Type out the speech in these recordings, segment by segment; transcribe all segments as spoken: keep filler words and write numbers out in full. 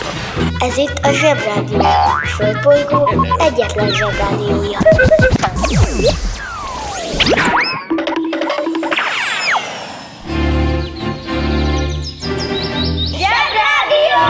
Ez itt a Zsebrádió, a Földbolygó egyetlen Zsebrádiója. Zsebrádió!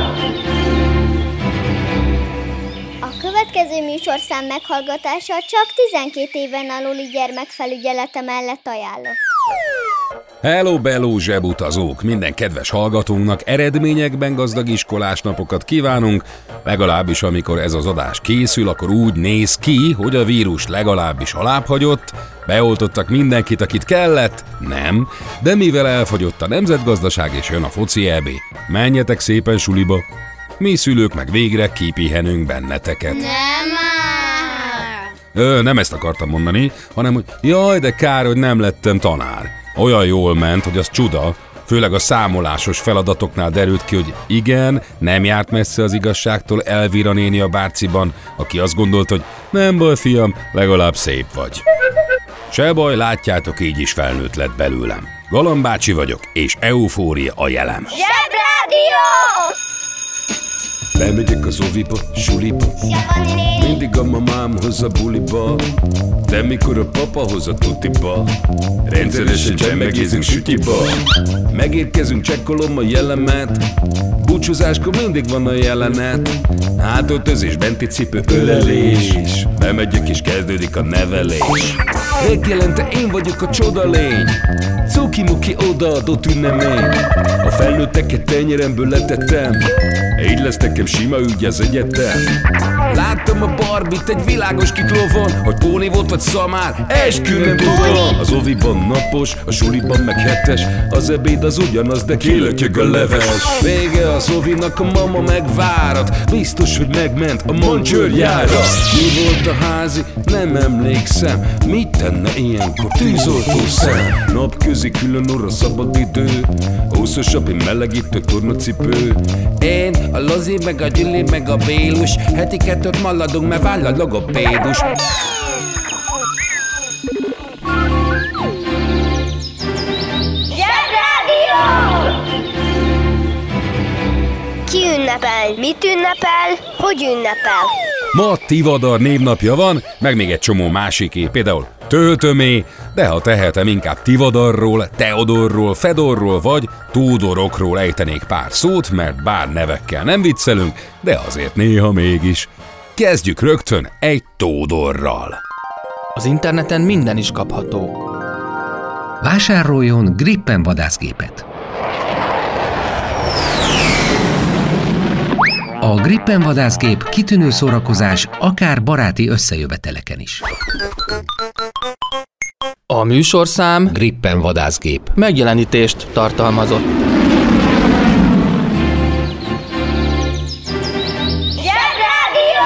A következő műsorszám meghallgatása csak tizenkét éven aluli gyermek felügyelete mellett ajánlott. Hello, bello, zsebutazók! Minden kedves hallgatónknak eredményekben gazdag iskolás napokat kívánunk, legalábbis amikor ez az adás készül, akkor úgy néz ki, hogy a vírus legalábbis alábbhagyott, beoltottak mindenkit, akit kellett, nem, de mivel elfogyott a nemzetgazdaság és jön a foci é bé, menjetek szépen suliba, mi szülők meg végre kipihenünk benneteket. Nem már! Ö, nem ezt akartam mondani, hanem hogy jaj, de kár, hogy nem lettem tanár. Olyan jól ment, hogy az csuda, főleg a számolásos feladatoknál derült ki, hogy igen, nem járt messze az igazságtól Elvira néni a bárciban, aki azt gondolta, hogy nem baj, fiam, legalább szép vagy. Se baj, látjátok, így is felnőtt lett belőlem. Galamb bácsi vagyok, és eufória a jelem. Zsebrádió! Bemegyek az oviba, suliba, mindig a mamám hoz a buliba, de mikor a papa hoz a tutiba, rendszeresen csemmegézünk sütiba. Megérkezünk, csekkolom a jellemet, búcsúzáskor mindig van a jelenet, hátöltözés, benti cipő, ölelés, bemegyek és kezdődik a nevelés. Reggelente én vagyok a csoda lény, cuki-muki odaadott ünnemény, a felnőtteket tenyeremből letettem, így lesz nekem sima ügy az egyetem. Láttam a Barbit egy világos kiklovon, hogy póni volt vagy szamár, eskü nem tudom. Az oviban napos, a suliban meg hetes, az ebéd az ugyanaz, de kilötyög a leves. Vége az ovinak, a mama megvárat, biztos, hogy megment a mancsőrjára. Mi volt a házi? Nem emlékszem, mit tenne ilyenkor tűzoltó szem? Napközi külön orra szabad idő, húszosabb, melegítő tornacipő. Én, a Lozi, meg a Gyüli, meg a Bélus, heti kettőt maladunk, mert váll a logopédus. Zsebrádió! Ki ünnepel? Mit ünnepel? Hogy ünnepel? Ma Tivadar névnapja van, meg még egy csomó másiké, például Töltömé, de ha tehetem, inkább Tivadarról, Teodorról, Fedorról vagy Tódorokról ejtenék pár szót, mert bár nevekkel nem viccelünk, de azért néha mégis. Kezdjük rögtön egy Tódorral. Az interneten minden is kapható. Vásároljon Gripen vadászgépet. A Gripen vadászgép kitűnő szórakozás akár baráti összejöveteleken is. A műsorszám Gripen vadászgép megjelenítést tartalmazott. Zsebrádió!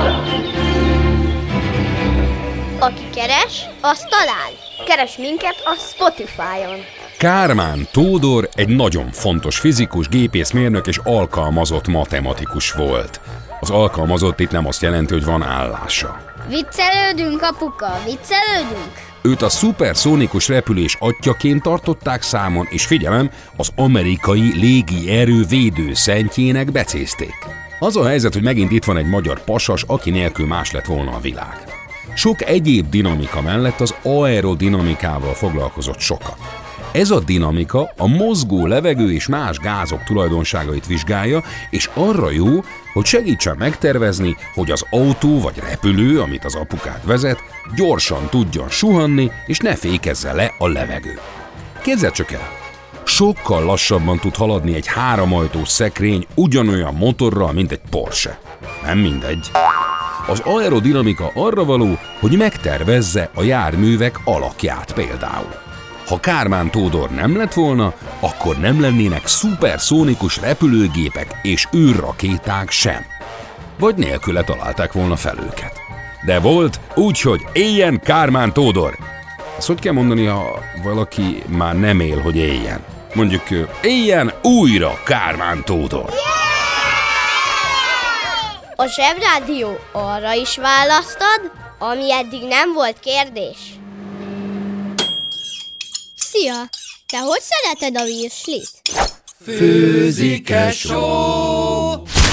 Aki keres, az talál. Keres minket a Spotify-on. Kármán Tódor egy nagyon fontos fizikus, gépészmérnök és alkalmazott matematikus volt. Az alkalmazott itt nem azt jelenti, hogy van állása. Viccelődünk, apuka, viccelődünk. Őt a szuperszónikus repülés atyjaként tartották számon, és figyelem, az amerikai légierő védőszentjének becézték. Az a helyzet, hogy megint itt van egy magyar pasas, aki nélkül más lett volna a világ. Sok egyéb dinamika mellett az aerodinamikával foglalkozott sokat. Ez a dinamika a mozgó levegő és más gázok tulajdonságait vizsgálja, és arra jó, hogy segítsen megtervezni, hogy az autó vagy repülő, amit az apukát vezet, gyorsan tudjon suhanni, és ne fékezze le a levegő. Képzeld csak el, sokkal lassabban tud haladni egy háromajtós szekrény ugyanolyan motorral, mint egy Porsche. Nem mindegy. Az aerodinamika arra való, hogy megtervezze a járművek alakját például. Ha Kármán Tódor nem lett volna, akkor nem lennének szuperszónikus repülőgépek és űrrakéták sem. Vagy nélküle találták volna fel őket. De volt, úgyhogy éljen Kármán Tódor! Ezt hogy kell mondani, ha valaki már nem él, hogy éljen? Mondjuk éljen újra Kármán Tódor! A Zsebrádió arra is választad, ami eddig nem volt kérdés. Szia! Te hogy szereted a virslit? Főzik-e só?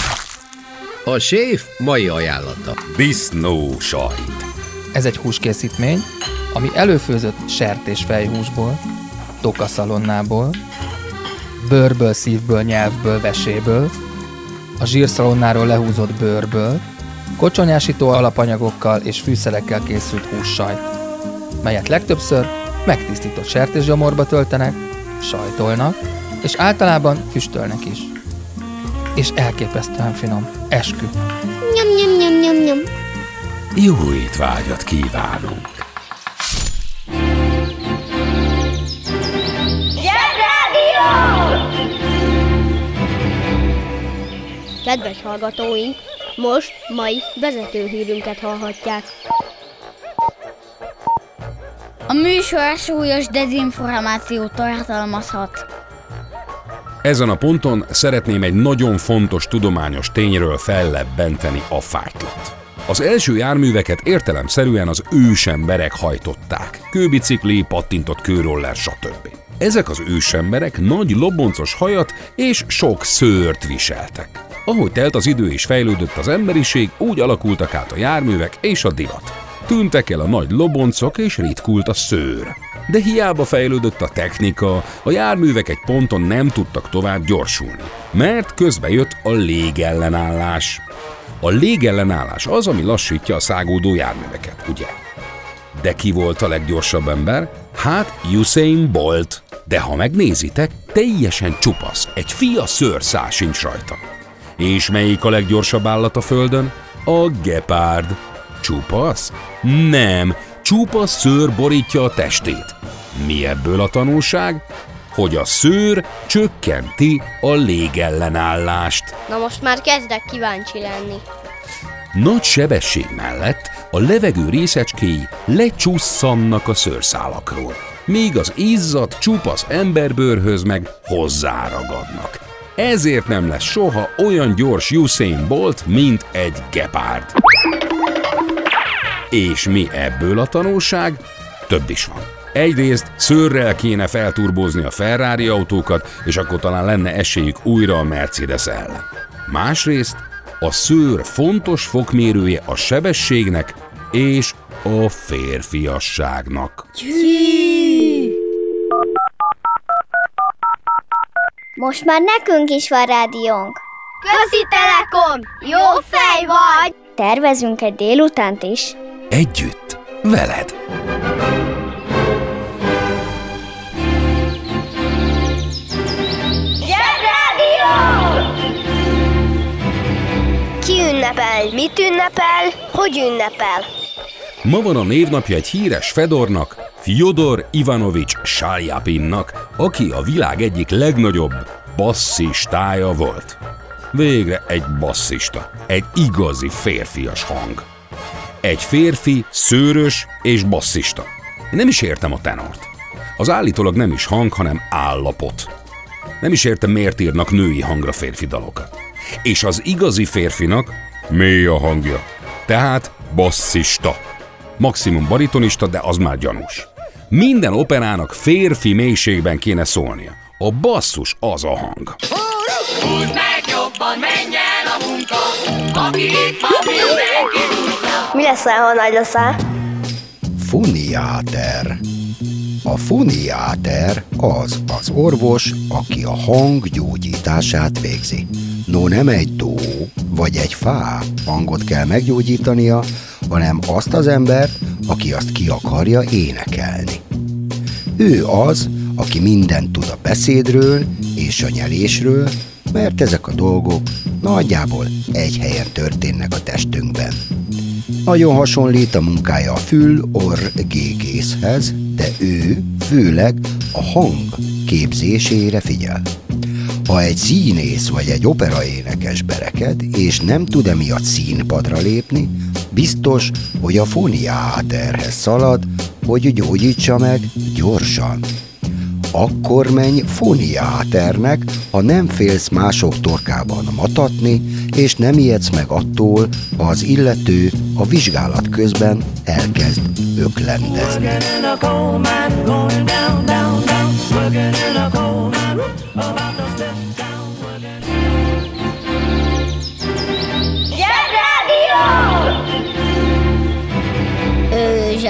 A séf mai ajánlata. Disznó sajt. Ez egy húskészítmény, ami előfőzött sertésfejhúsból, tokaszalonnából, bőrből, szívből, nyelvből, veséből, a zsírszalonnáról lehúzott bőrből, kocsonyásító alapanyagokkal és fűszerekkel készült hússajt, melyet legtöbbször megtisztított sertésgyomorba töltenek, sajtolnak, és általában füstölnek is. És elképesztően finom. Eskü. Nyom, nyom, nyom, nyom, nyom. Jó étvágyat kívánunk! Kedves hallgatóink, most mai vezetőhírünket hallhatják. A műsor súlyos dezinformációt tartalmazhat. Ezen a ponton szeretném egy nagyon fontos tudományos tényről fellebbenteni a fájtlat. Az első járműveket értelemszerűen az ősemberek hajtották. Kőbicikli, pattintott kőroller, stb. Ezek az ősemberek nagy loboncos hajat és sok szőrt viseltek. Ahogy telt az idő és fejlődött az emberiség, úgy alakultak át a járművek és a divat. Tűntek el a nagy loboncok és ritkult a szőr. De hiába fejlődött a technika, a járművek egy ponton nem tudtak tovább gyorsulni, mert közbe jött a légellenállás. A légellenállás az, ami lassítja a szágódó járműveket, ugye? De ki volt a leggyorsabb ember? Hát Usain Bolt. De ha megnézitek, teljesen csupasz, egy fia szőrszál sincs rajta. És melyik a leggyorsabb állat a földön? A gepárd. Csupasz? Nem, csupasz szőr borítja a testét. Mi ebből a tanulság? Hogy a szőr csökkenti a légellenállást. Na most már kezdek kíváncsi lenni. Nagy sebesség mellett a levegő részecskéi lecsusszannak a szőrszálakról, míg az izzadt, csupasz emberbőrhöz meg hozzáragadnak. Ezért nem lesz soha olyan gyors Usain Bolt, mint egy gepárd. És mi ebből a tanulság? Több is van. Egyrészt szőrrel kéne felturbózni a Ferrari autókat, és akkor talán lenne esélyük újra a Mercedes ellen. Másrészt a szőr fontos fokmérője a sebességnek és a férfiasságnak. Most már nekünk is van rádiónk. Köszi Telekom! Jó fej vagy! Tervezünk egy délutánt is. Együtt, veled! Ki ünnepel? Mit ünnepel? Hogy ünnepel? Ma van a névnapja egy híres fedornak, Fjodor Ivanovics Saljapinnak, aki a világ egyik legnagyobb basszistája volt. Végre egy basszista, egy igazi férfias hang. Egy férfi, szőrös és basszista. Én nem is értem a tenort. Az állítólag nem is hang, hanem állapot. Nem is értem, miért írnak női hangra férfi dalokat. És az igazi férfinak mély a hangja. Tehát basszista. Maximum baritonista, de az már gyanús. Minden operának férfi mélységben kéne szólnia. A basszus az a hang. Húzd meg jobban, menj el a munka, aki itt van, mindenki húzza. Mi leszel, ha nagy leszel? Foniáter. A foniáter az az orvos, aki a hang gyógyítását végzi. No, nem egy tó vagy egy fá hangot kell meggyógyítania, hanem azt az embert, aki azt ki akarja énekelni. Ő az, aki mindent tud a beszédről és a nyelésről, mert ezek a dolgok nagyjából egy helyen történnek a testünkben. Nagyon hasonlít a munkája a fül-orr-gégészhez, de ő főleg a hang képzésére figyel. Ha egy színész vagy egy operaénekes bereked, és nem tud emiatt színpadra lépni, biztos, hogy a foniáterhez szalad, hogy gyógyítsa meg gyorsan. Akkor menj foniáternek, ha nem félsz mások torkában matatni, és nem ijedsz meg attól, ha az illető a vizsgálat közben elkezd öklendezni.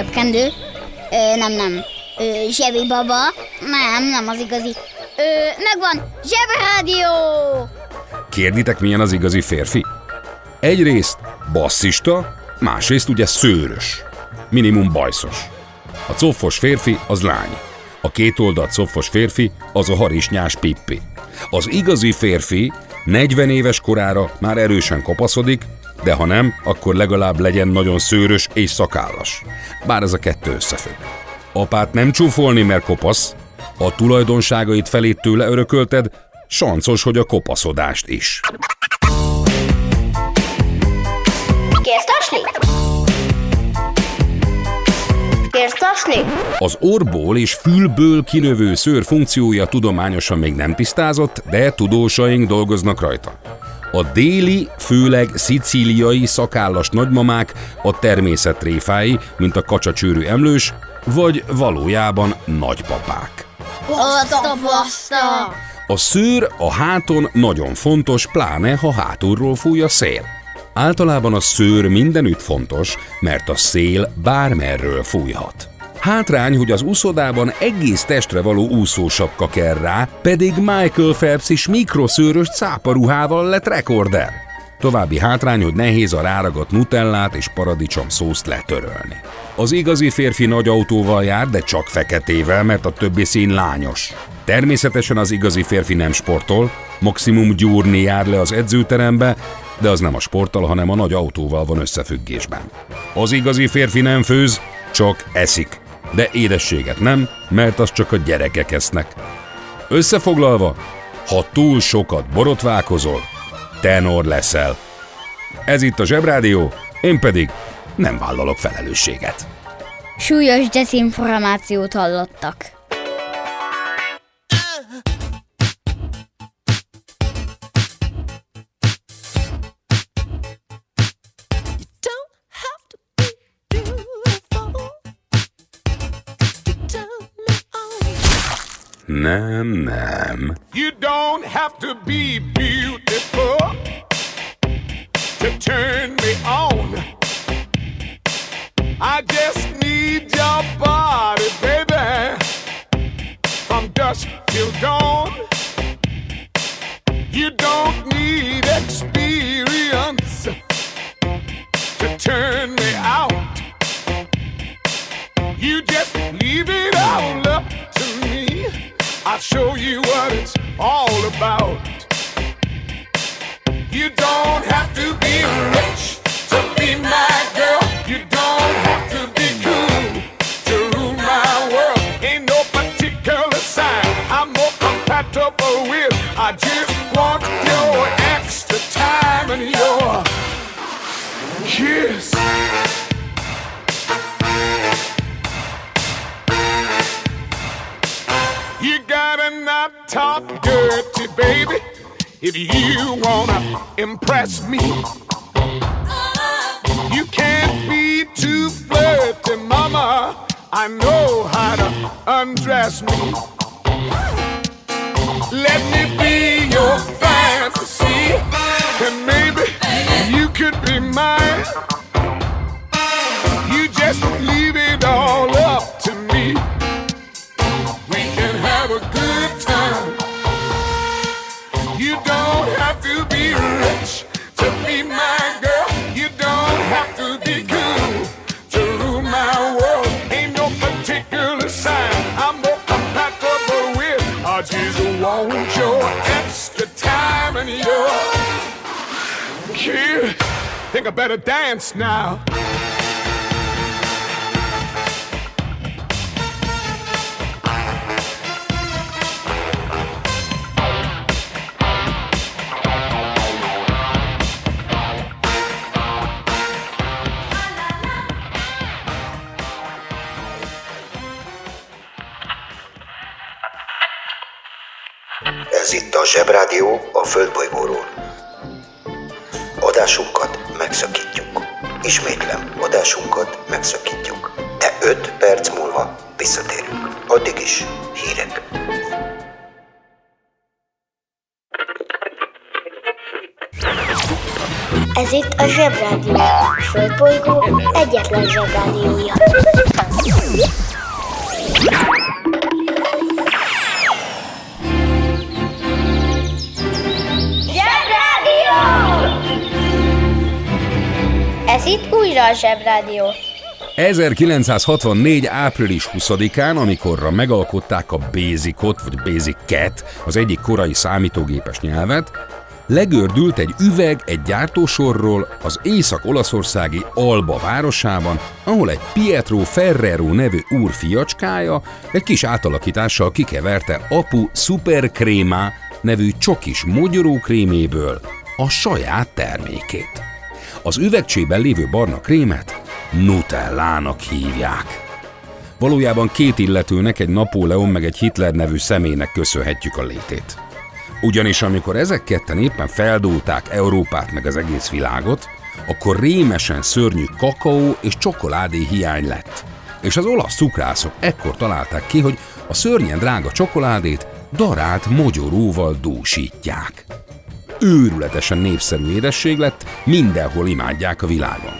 zsebkendő. Ö, nem, nem. Ö, zsebi baba. Nem, nem az igazi. Ö, megvan, zsebrádió! Kérditek, milyen az igazi férfi? Egyrészt basszista, másrészt ugye szőrös. Minimum bajszos. A coffos férfi az lány. A kétoldalt coffos férfi az a harisnyás Pippi. Az igazi férfi negyven éves korára már erősen kopaszodik, de ha nem, akkor legalább legyen nagyon szőrös és szakállas. Bár ez a kettő összefügg. Apát nem csúfolni, mert kopasz, a tulajdonságait felét tőle örökölted, sancos, hogy a kopaszodást is. Kérsz taslit? Kérsz taslit? Az orból és fülből kinövő szőr funkciója tudományosan még nem tisztázott, de tudósaink dolgoznak rajta. A déli, főleg szicíliai szakállas nagymamák a természet tréfái, mint a kacsacsőrű emlős, vagy valójában nagypapák. Baszta, baszta! A szőr a háton nagyon fontos, pláne ha hátulról fúj a szél. Általában a szőr mindenütt fontos, mert a szél bármerről fújhat. Hátrány, hogy az úszodában egész testre való úszósapka kell rá, pedig Michael Phelps is mikroszőrös cáparuhával lett rekorder. További hátrány, hogy nehéz a ráragadt nutellát és paradicsom szószt letörölni. Az igazi férfi nagy autóval jár, de csak feketével, mert a többi szín lányos. Természetesen az igazi férfi nem sportol, maximum gyúrni jár le az edzőterembe, de az nem a sporttal, hanem a nagy autóval van összefüggésben. Az igazi férfi nem főz, csak eszik. De édességet nem, mert az csak a gyerekek esznek. Összefoglalva, ha túl sokat borotválkozol, tenor leszel. Ez itt a Zsebrádió, én pedig nem vállalok felelősséget. Súlyos dezinformációt hallottak. Nem, nem. You don't have to be beautiful to turn me on. I just need your body, baby, from dusk till dawn. You don't need experience to turn me out. You just leave it all up to me. I'll show you what it's all about. You don't have to be rich to be my girl. You don't have to be cool to rule my world. Ain't no particular sign I'm more compatible with. I just want your extra time and your kiss. You gotta not talk dirty, baby, if you wanna impress me. You can't be too flirty, mama. I know how to undress me. Let me be your fantasy, and maybe you could be mine. You just leave it all up to me. Have a good time. You don't have to be rich to be my girl. You don't have to be cool to rule my world. Ain't no particular sign I'm more compatible with. I just want your extra time and your kid. Think I better dance now. Ez itt a Zsebrádió a Földbolygóról. Adásunkat megszakítjuk. Ismétlem, adásunkat megszakítjuk. De öt perc múlva visszatérünk. Addig is hírek. Ez itt a Zsebrádió, a Földbolygó egyetlen Zsebrádiója. Ez itt újra a Zsebrádió. ezerkilencszázhatvannégy. április huszadikán, amikorra megalkották a Basicot, vagy Basic-et, az egyik korai számítógépes nyelvet, legördült egy üveg egy gyártósorról az észak-olaszországi Alba városában, ahol egy Pietro Ferrero nevű úr fiacskája egy kis átalakítással kikeverte apu Supercrema nevű csokis mogyorókréméből a saját termékét. Az üvegcsében lévő barna krémet Nutellának hívják. Valójában két illetőnek, egy Napóleon meg egy Hitler nevű személynek köszönhetjük a létét. Ugyanis amikor ezek ketten éppen feldúlták Európát meg az egész világot, akkor rémesen szörnyű kakaó és csokoládé hiány lett. És az olasz cukrászok ekkor találták ki, hogy a szörnyen drága csokoládét darált mogyoróval dúsítják. Őrületesen népszerű édesség lett, mindenhol imádják a világon.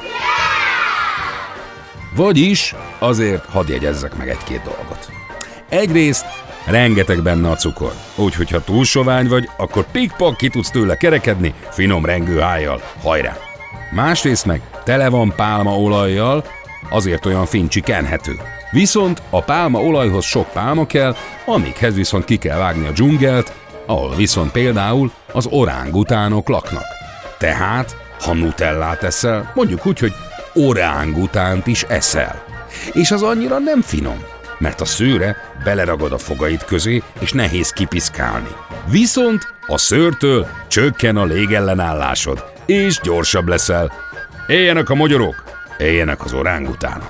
Vagyis azért hadd jegyezzek meg egy-két dolgot. Egyrészt rengeteg benne a cukor, úgyhogy ha túl sovány vagy, akkor pikpak ki tudsz tőle kerekedni finom rengőhájjal, hajrá! Másrészt meg tele van pálmaolajjal, azért olyan fincsi kenhető. Viszont a pálmaolajhoz sok pálma kell, amikhez viszont ki kell vágni a dzsungelt, ahol viszont például az orángutánok laknak. Tehát, ha nutellát eszel, mondjuk úgy, hogy orángutánt is eszel. És az annyira nem finom, mert a szőre beleragad a fogaid közé, és nehéz kipiszkálni. Viszont a szőrtől csökken a légellenállásod, és gyorsabb leszel. Éljenek a mogyorok, éljenek az orángutánok.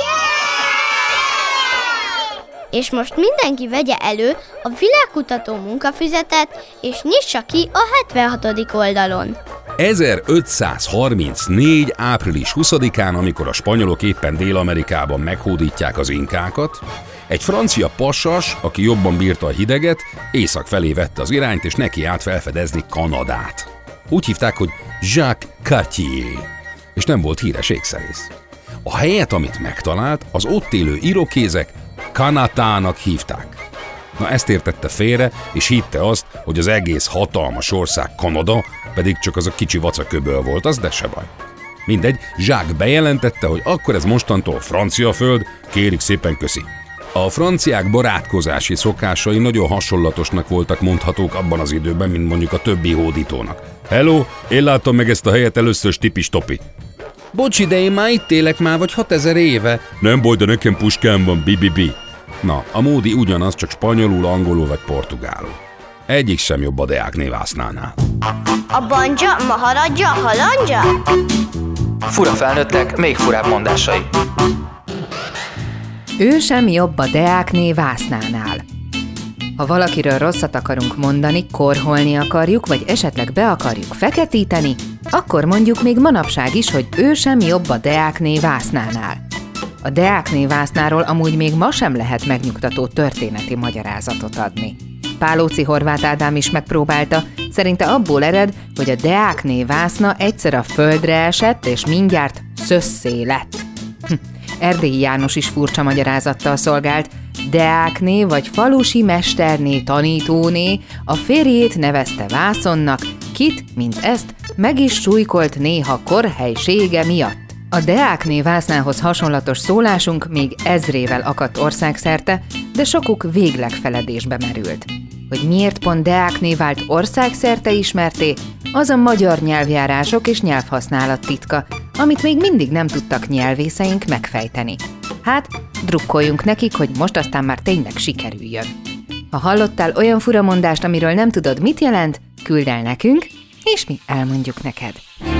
És most mindenki vegye elő a világkutató munkafüzetet, és nyissa ki a hetvenhatodik oldalon. ezerötszázharmincnégy. április huszadikán, amikor a spanyolok éppen Dél-Amerikában meghódítják az inkákat, egy francia pasas, aki jobban bírta a hideget, észak felé vette az irányt, és neki állt felfedezni Kanadát. Úgy hívták, hogy Jacques Cartier, és nem volt híres ékszerész. A helyet, amit megtalált, az ott élő irokézek Kanatának hívták. Na ezt értette félre, és hitte azt, hogy az egész hatalmas ország Kanada, pedig csak az a kicsi vacaköböl volt, az de se baj. Mindegy, Jacques bejelentette, hogy akkor ez mostantól francia föld, kérik szépen köszi. A franciák barátkozási szokásai nagyon hasonlatosnak voltak mondhatók abban az időben, mint mondjuk a többi hódítónak. Hello, én látom meg ezt a helyet először, stipi-stopi. Bocsi, de én már itt élek már vagy hatezer éve. Nem baj, de nekem puskám van, bi-bi-bi. Na, a módi ugyanaz, csak spanyolul, angolul vagy portugálul. Egyik sem jobb a Deák névásznánál. A banja, maharadja, halandja? Fura felnőttek, még furább mondásai. Ő sem jobb a Deákné vásznánál. Ha valakiről rosszat akarunk mondani, korholni akarjuk, vagy esetleg be akarjuk feketíteni, akkor mondjuk még manapság is, hogy ő sem jobb a Deákné vásznánál. A Deákné vásznáról amúgy még ma sem lehet megnyugtató történeti magyarázatot adni. Pálóci Horváth Ádám is megpróbálta, szerinte abból ered, hogy a Deákné vászna egyszer a földre esett, és mindjárt szösszé lett. Hm. Erdélyi János is furcsa magyarázattal szolgált, Deákné vagy falusi mesterné tanítóné a férjét nevezte vászonnak, kit, mint ezt, meg is súlykolt néha korhelysége miatt. A Deákné vásznához hasonlatos szólásunk még ezrével akadt országszerte, de sokuk végleg feledésbe merült. Hogy miért pont Deákné vált országszerte ismerté, az a magyar nyelvjárások és nyelvhasználat titka, amit még mindig nem tudtak nyelvészeink megfejteni. Hát, drukkoljunk nekik, hogy most aztán már tényleg sikerüljön. Ha hallottál olyan furamondást, amiről nem tudod, mit jelent, küld el nekünk, és mi elmondjuk neked.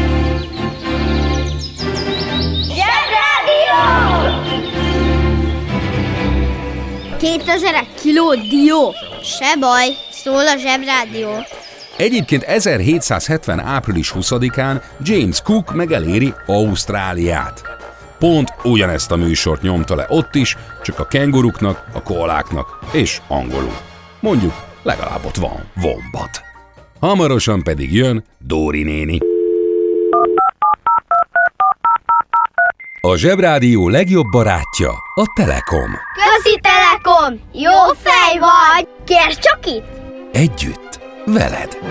kétezer kiló dió. Se baj, szól a Zsebrádió. Egyébként ezerhétszázhetven. április huszadikán James Cook megeléri Ausztráliát. Pont ugyanezt a műsort nyomta le ott is, csak a kenguruknak, a koaláknak és angolul. Mondjuk legalább ott van Wombat. Hamarosan pedig jön Dóri néni. A Zsebrádió legjobb barátja a Telekom. Köszi Telekom! Jó fej vagy! Kérd csak itt! Együtt, veled.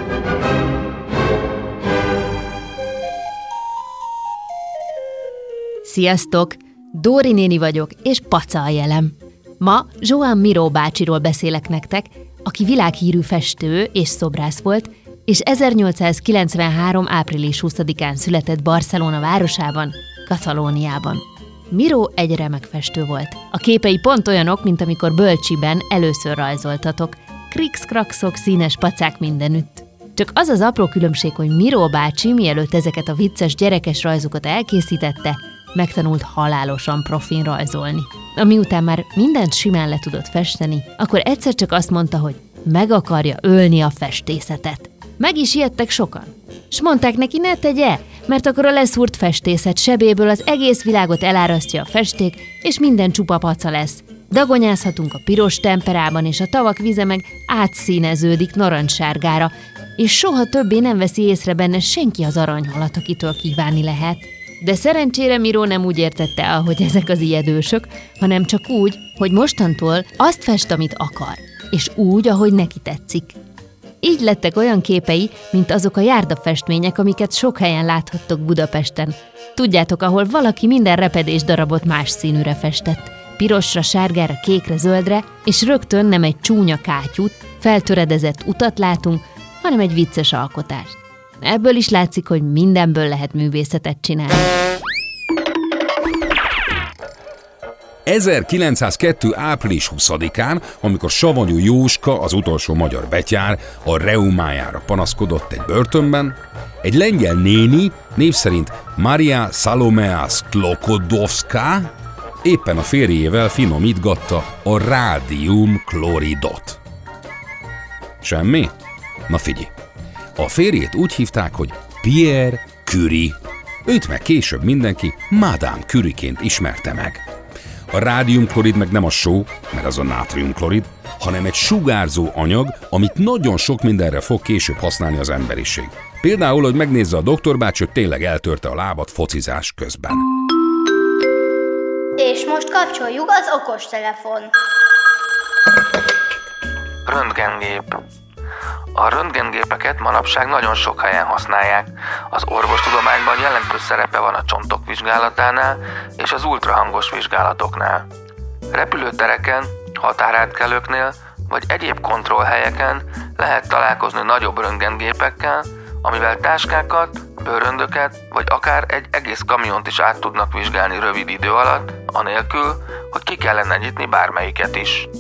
Sziasztok! Dóri néni vagyok, és Paca a jelem. Ma Joan Miró bácsiról beszélek nektek, aki világhírű festő és szobrász volt, és ezernyolcszázkilencvenhárom. április huszadikán született Barcelona városában, Katalóniában. Miró egy remek festő volt. A képei pont olyanok, mint amikor bölcsiben először rajzoltatok. Krix-krakszok, színes pacák mindenütt. Csak az az apró különbség, hogy Miró bácsi, mielőtt ezeket a vicces gyerekes rajzokat elkészítette, megtanult halálosan profin rajzolni. Ami után már mindent simán le tudott festeni, akkor egyszer csak azt mondta, hogy meg akarja ölni a festészetet. Meg is ijedtek sokan. S mondták neki, ne tegye, mert akkor a leszúrt festészet sebéből az egész világot elárasztja a festék, és minden csupa paca lesz. Dagonyázhatunk a piros temperában, és a tavak vize meg átszíneződik narancssárgára, és soha többé nem veszi észre benne senki az aranyhalat, akitől kívánni lehet. De szerencsére Miró nem úgy értette, ahogy ezek az ijedősök, hanem csak úgy, hogy mostantól azt fest, amit akar, és úgy, ahogy neki tetszik. Így lettek olyan képei, mint azok a járdafestmények, amiket sok helyen láthattok Budapesten. Tudjátok, ahol valaki minden repedés darabot más színűre festett. Pirosra, sárgára, kékre, zöldre, és rögtön nem egy csúnya kátyút, feltöredezett utat látunk, hanem egy vicces alkotást. Ebből is látszik, hogy mindenből lehet művészetet csinálni. ezerkilencszázkettő. április huszadikán, amikor Savanyú Jóska, az utolsó magyar betyár, a reumájára panaszkodott egy börtönben, egy lengyel néni, név szerint Maria Salomea Sklodowska, éppen a férjével finomítgatta a rádiumkloridot. Semmi? Na figyelj! A férjét úgy hívták, hogy Pierre Curie. Őt meg később mindenki Madame Curie-ként ismerte meg. A rádiumklorid meg nem a só, mert az a nátriumklorid, hanem egy sugárzó anyag, amit nagyon sok mindenre fog később használni az emberiség. Például, hogy megnézze a doktorbács, hogy tényleg eltörte a lábat focizás közben. És most kapcsoljuk az okostelefon. Röntgengép. A röntgengépeket manapság nagyon sok helyen használják. Az orvostudományban jelentős szerepe van a csontok vizsgálatánál és az ultrahangos vizsgálatoknál. Repülőtereken, határátkelőknél vagy egyéb kontrollhelyeken lehet találkozni nagyobb röntgengépekkel, amivel táskákat, bőröndöket vagy akár egy egész kamiont is át tudnak vizsgálni rövid idő alatt, anélkül, hogy ki kellene nyitni bármelyiket is.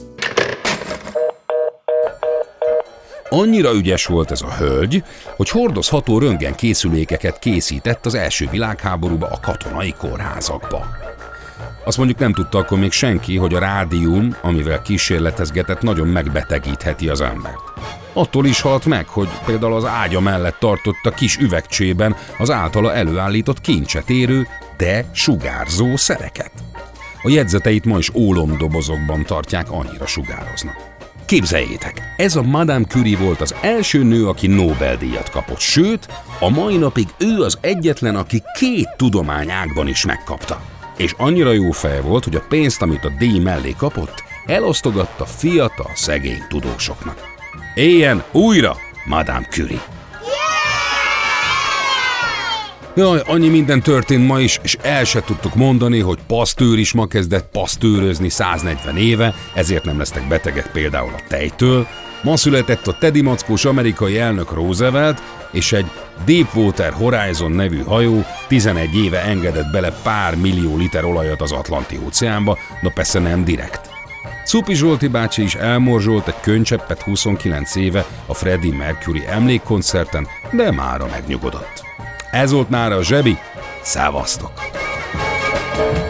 Annyira ügyes volt ez a hölgy, hogy hordozható röntgenkészülékeket készített az első világháborúba a katonai kórházakba. Azt mondjuk nem tudta akkor még senki, hogy a rádium, amivel kísérletezgetett, nagyon megbetegítheti az embert. Attól is halt meg, hogy például az ágya mellett tartotta kis üvegcsében az általa előállított kincset érő, de sugárzó szereket. A jegyzeteit ma is ólomdobozokban tartják, annyira sugároznak. Képzeljétek, ez a Madame Curie volt az első nő, aki Nobel-díjat kapott, sőt, a mai napig ő az egyetlen, aki két tudományágban is megkapta. És annyira jó fej volt, hogy a pénzt, amit a díj mellé kapott, elosztogatta fiatal, szegény tudósoknak. Éljen újra Madame Curie! Jaj, annyi minden történt ma is, és el se tudtuk mondani, hogy Pasteur is ma kezdett pasztőrözni száznegyven éve, ezért nem lesznek betegek például a tejtől. Ma született a Teddy mackós amerikai elnök Roosevelt, és egy Deepwater Horizon nevű hajó tizenegy éve engedett bele pár millió liter olajat az Atlanti-óceánba, de persze nem direkt. Szupi Zsolti bácsi is elmorzsolt egy könycseppet huszonkilenc éve a Freddie Mercury emlékkoncerten, de mára megnyugodott. Ez volt mára a Zsebi, szávasztok!